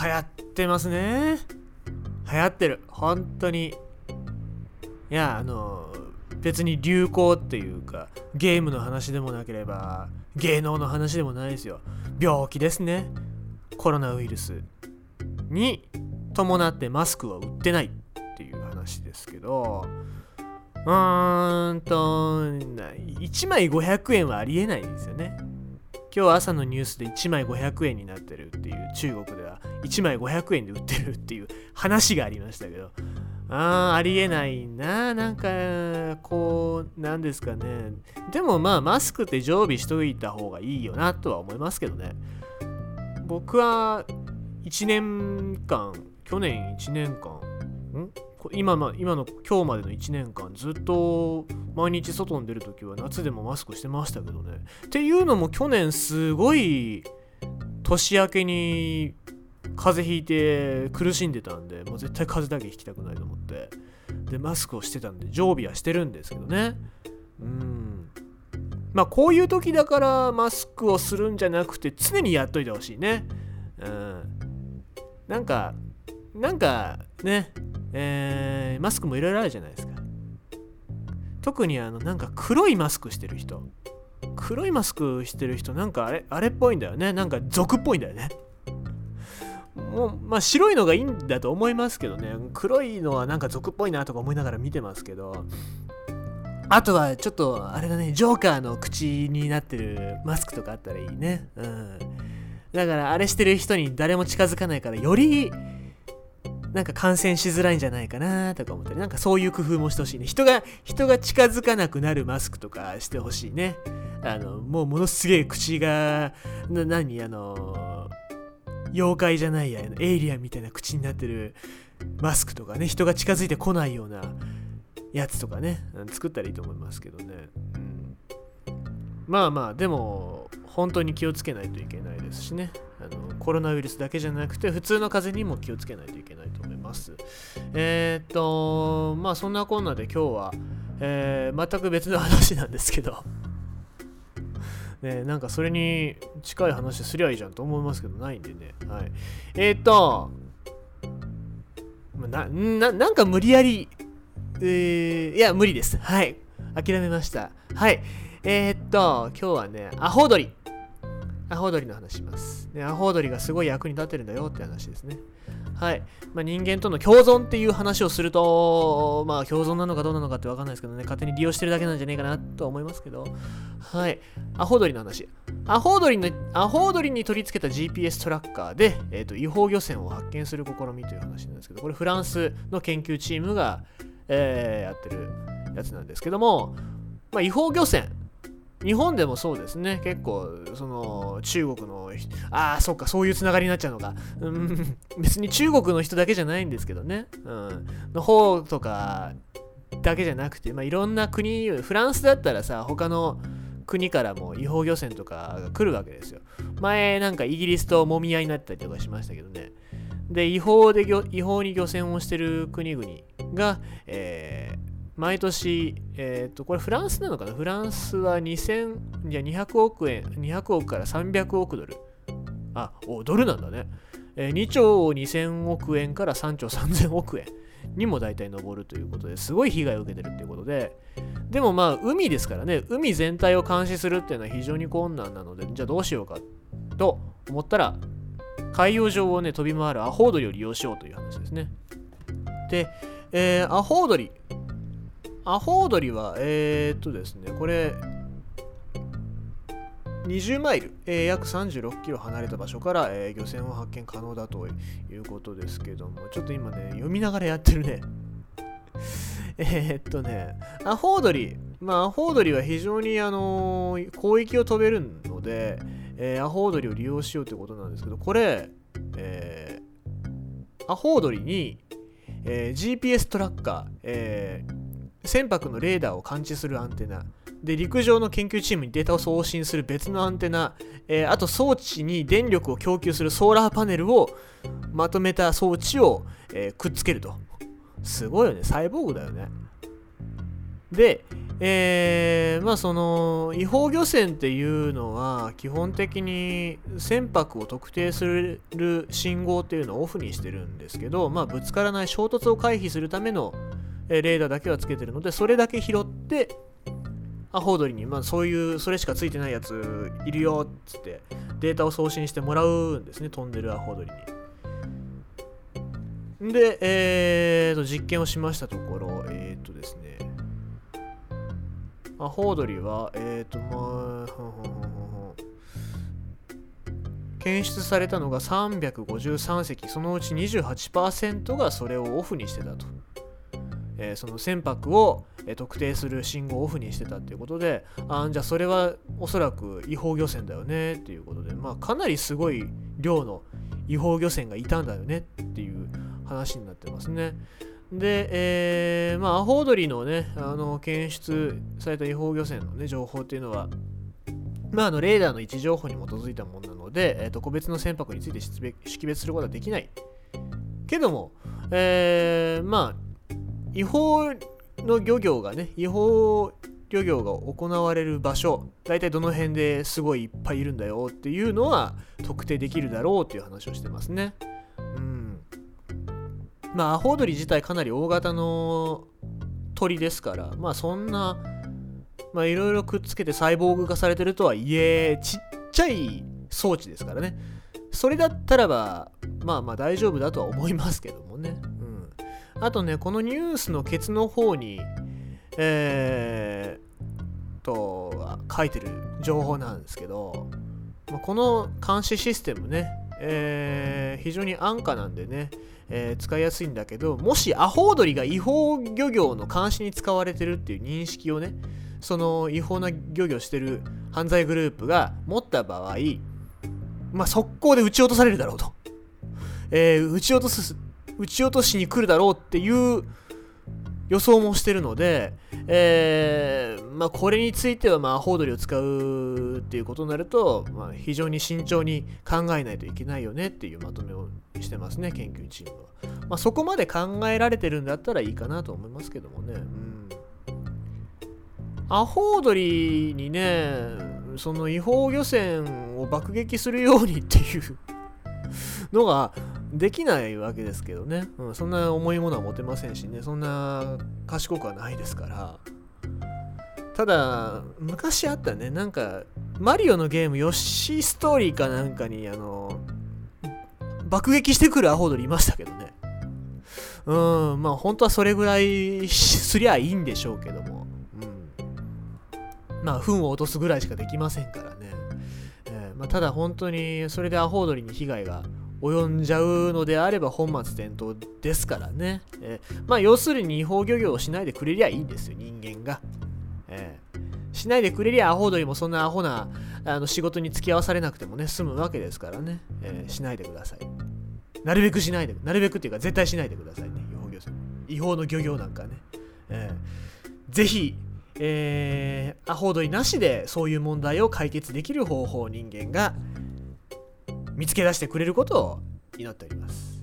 流行ってますね。流行ってる。本当に。いや、別に流行っていうか、ゲームの話でもなければ、芸能の話でもないですよ。病気ですね。コロナウイルスに伴ってマスクは売ってないっていう話ですけど、1枚500円はありえないですよね。今日朝のニュースで1枚500円になってるっていう、中国では1枚500円で売ってるっていう話がありましたけど、ありえないな。なんかこうなんですかね。でもまあマスクって常備しといた方がいいよなとは思いますけどね。僕は1年間、去年1年間今の今日までの1年間ずっと毎日外に出るときは夏でもマスクしてましたけどね。っていうのも去年すごい年明けに風邪ひいて苦しんでたんで、もう絶対風邪だけひきたくないと思って、でマスクをしてたんで常備はしてるんですけどね。まあこういう時だからマスクをするんじゃなくて常にやっといてほしいね。なんかね、マスクもいろいろあるじゃないですか。特になんか黒いマスクしてる人なんかあれっぽいんだよね。なんか俗っぽいんだよね。もうまあ白いのがいいんだと思いますけどね。黒いのはなんか俗っぽいなとか思いながら見てますけど、あとはちょっとあれだね、ジョーカーの口になってるマスクとかあったらいいね。だからあれしてる人に誰も近づかないから、よりなんか感染しづらいんじゃないかなとか思ったり、なんかそういう工夫もしてほしいね。人が近づかなくなるマスクとかしてほしいね。もうものすげえ口が妖怪じゃないや、エイリアンみたいな口になってるマスクとかね、人が近づいてこないようなやつとかね、作ったらいいと思いますけどね。まあまあでま本当に気をつけないといけないですしね。コロナウイルスだけじゃなくて普通の風邪にも気をつけないといけないと思います。まあそんなこんなで今日は、全く別の話なんですけどね、なんかそれに近い話すりゃいいじゃんと思いますけど、ないんでね。はい。なんか無理やり、いや無理です。はい。諦めました。はい。今日はね、アホウドリの話します。ね、アホウドリがすごい役に立ってるんだよって話ですね。はい。まあ、人間との共存っていう話をすると、まあ共存なのかどうなのかって分かんないですけどね、勝手に利用してるだけなんじゃねえかなと思いますけど、はい。アホウドリの話。アホウドリに取り付けた GPS トラッカーで、違法漁船を発見する試みという話なんですけど、これフランスの研究チームが、やってるやつなんですけども、まあ、違法漁船。日本でもそうですね。結構その中国のそっか、そういうつながりになっちゃうのか。別に中国の人だけじゃないんですけどね。の方とかだけじゃなくて、まあ、いろんな国、フランスだったらさ、他の国からも違法漁船とかが来るわけですよ。前なんかイギリスと揉み合いになったりとかしましたけどね。で、違法に漁船をしてる国々が、毎年、これフランスなのかな。フランスは200億から300億ドル。ドルなんだね。2兆2000億円から3兆3000億円にも大体上るということですごい被害を受けてるっていうことで、でもまあ海ですからね、海全体を監視するっていうのは非常に困難なので、じゃあどうしようかと思ったら、海洋上をね飛び回るアホウドリを利用しようという話ですね。で、アホウドリはですね、これ20マイル、約36キロ離れた場所から、漁船を発見可能だということですけども、ちょっと今ね読みながらやってるね。アホウドリは非常に広域を飛べるので、アホウドリを利用しようということなんですけど、これ、アホウドリに、GPS トラッカー、船舶のレーダーを感知するアンテナで、陸上の研究チームにデータを送信する別のアンテナ、あと装置に電力を供給するソーラーパネルをまとめた装置を、くっつけると。すごいよね、サイボーグだよね。で、 その違法漁船っていうのは基本的に船舶を特定する信号っていうのをオフにしてるんですけど、ぶつからない衝突を回避するためのレーダーだけはつけてるので、それだけ拾ってアホウドリに、それしかついてないやついるよっつってデータを送信してもらうんですね、飛んでるアホウドリに。で、実験をしましたところ、ですね、アホウドリは、検出されたのが353隻、そのうち 28% がそれをオフにしてたと。その船舶を特定する信号をオフにしてたっていうことで、じゃあそれはおそらく違法漁船だよねっていうことで、かなりすごい量の違法漁船がいたんだよねっていう話になってますね。で、アホウドリのね、検出された違法漁船のね、情報っていうのは、レーダーの位置情報に基づいたものなので、個別の船舶について識別することはできない。けども、違法の漁業がね、違法漁業が行われる場所、大体どの辺ですごいいっぱいいるんだよっていうのは特定できるだろうっていう話をしてますね。アホウドリ自体かなり大型の鳥ですから、そんな、いろいろくっつけてサイボーグ化されてるとはいえ、ちっちゃい装置ですからね。それだったらば、大丈夫だとは思いますけどもね。あとね、このニュースのケツの方に、書いてる情報なんですけど、この監視システムね、非常に安価なんでね、使いやすいんだけど、もしアホウドリが違法漁業の監視に使われてるっていう認識をね、その違法な漁業してる犯罪グループが持った場合、速攻で撃ち落とされるだろうと、撃ち落としに来るだろうっていう予想もしてるので、これについてはアホウドリを使うっていうことになると、非常に慎重に考えないといけないよねっていうまとめをしてますね、研究チームは。そこまで考えられてるんだったらいいかなと思いますけどもね。アホウドリにね、その違法漁船を爆撃するようにっていうのができないわけですけどね、そんな重いものは持てませんしね、そんな賢くはないですから。ただ昔あったね、なんかマリオのゲームヨッシーストーリーかなんかに爆撃してくるアホウドリいましたけどね。本当はそれぐらいすりゃいいんでしょうけども、糞を落とすぐらいしかできませんからね。ただ本当にそれでアホウドリに被害が及んじゃうのであれば本末転倒ですからね。要するに違法漁業をしないでくれりゃいいんですよ、人間が。しないでくれりゃアホウドリもそんなアホな仕事に付き合わされなくてもね、済むわけですからね。しないでください。なるべくっていうか絶対しないでくださいね、違法の漁業なんかね。ぜひアホウドリなしでそういう問題を解決できる方法を人間が見つけ出してくれることを祈っております。